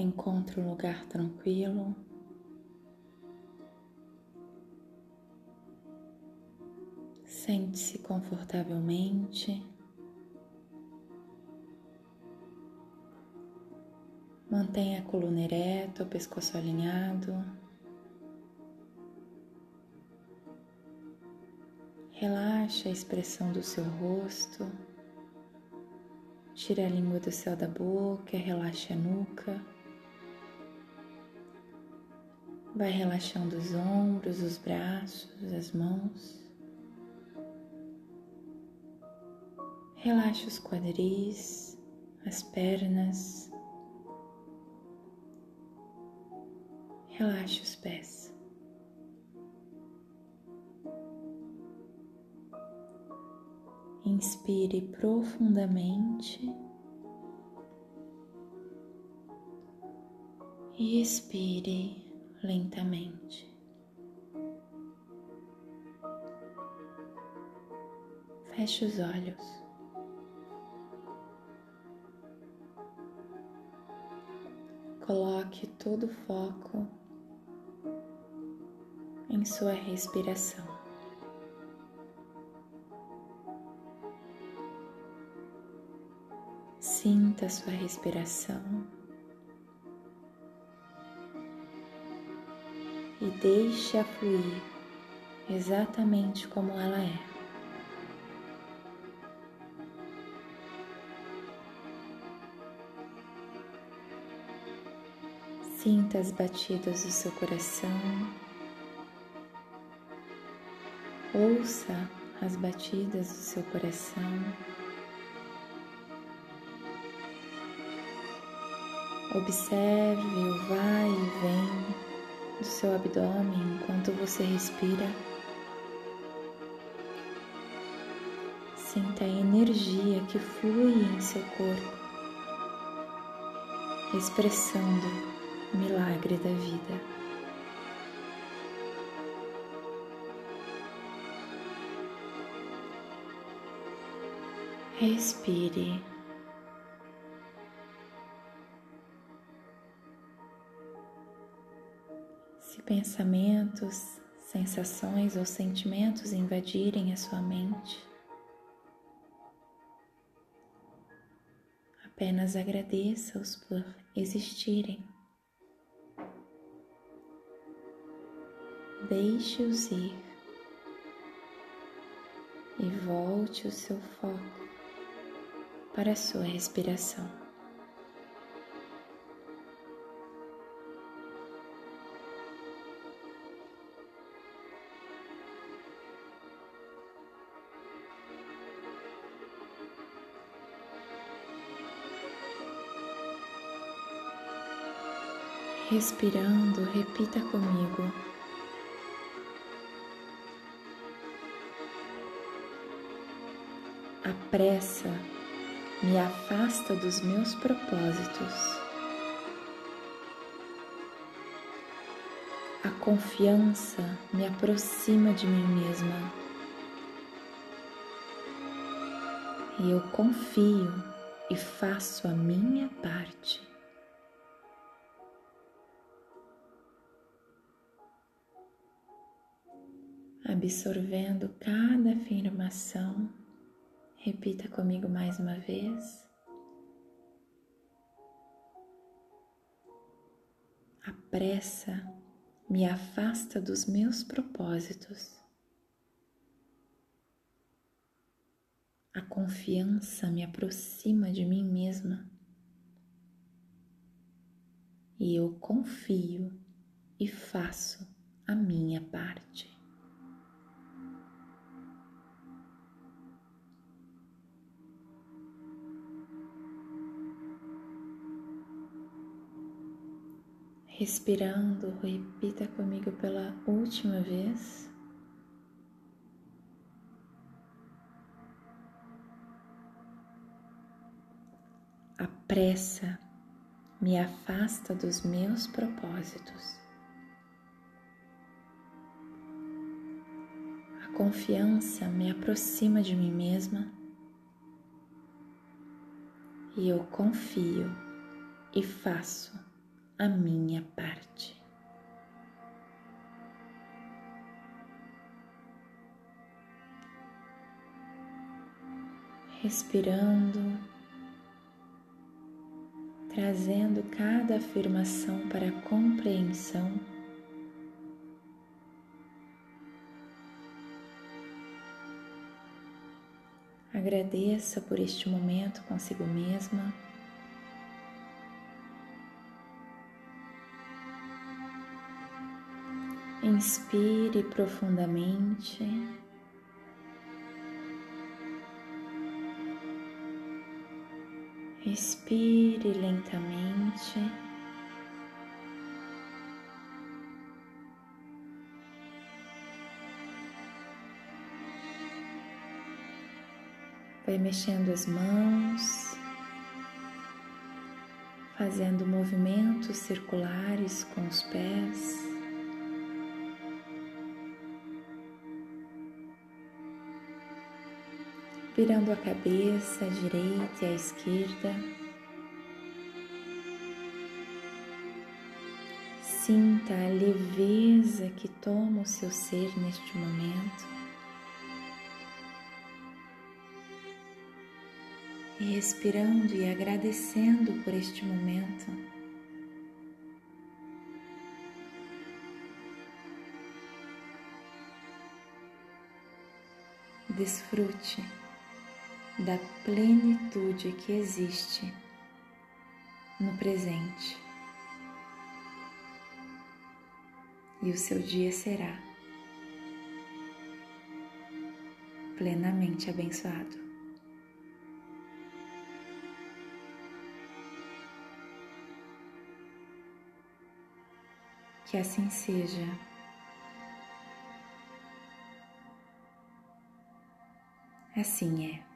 Encontre um lugar tranquilo. Sente-se confortavelmente. Mantenha a coluna ereta, o pescoço alinhado. Relaxe a expressão do seu rosto. Tire a língua do céu da boca, relaxe a nuca. Vai relaxando os ombros, os braços, as mãos. Relaxe os quadris, as pernas. Relaxe os pés. Inspire profundamente e expire lentamente. Feche os olhos. Coloque todo o foco em sua respiração. Sinta a sua respiração e deixe-a fluir exatamente como ela é. Sinta as batidas do seu coração. Ouça as batidas do seu coração. Observe o vai e vem do seu abdômen enquanto você respira. Sinta a energia que flui em seu corpo, expressando o milagre da vida. Respire. Se pensamentos, sensações ou sentimentos invadirem a sua mente, apenas agradeça-os por existirem. Deixe-os ir e volte o seu foco para a sua respiração. Respirando, repita comigo: a pressa me afasta dos meus propósitos. A confiança me aproxima de mim mesma. E eu confio e faço a minha parte. Absorvendo cada afirmação, repita comigo mais uma vez. A pressa me afasta dos meus propósitos. A confiança me aproxima de mim mesma. E eu confio e faço a minha parte. Respirando, repita comigo pela última vez. A pressa me afasta dos meus propósitos. A confiança me aproxima de mim mesma. E eu confio e faço a minha parte. Respirando, trazendo cada afirmação para a compreensão. Agradeça por este momento consigo mesma. Inspire profundamente. Respire lentamente. Vai mexendo as mãos, fazendo movimentos circulares com os pés. Virando a cabeça à direita e à esquerda. Sinta a leveza que toma o seu ser neste momento. E respirando e agradecendo por este momento. Desfrute da plenitude que existe no presente. E o seu dia será plenamente abençoado. Que assim seja. Assim é.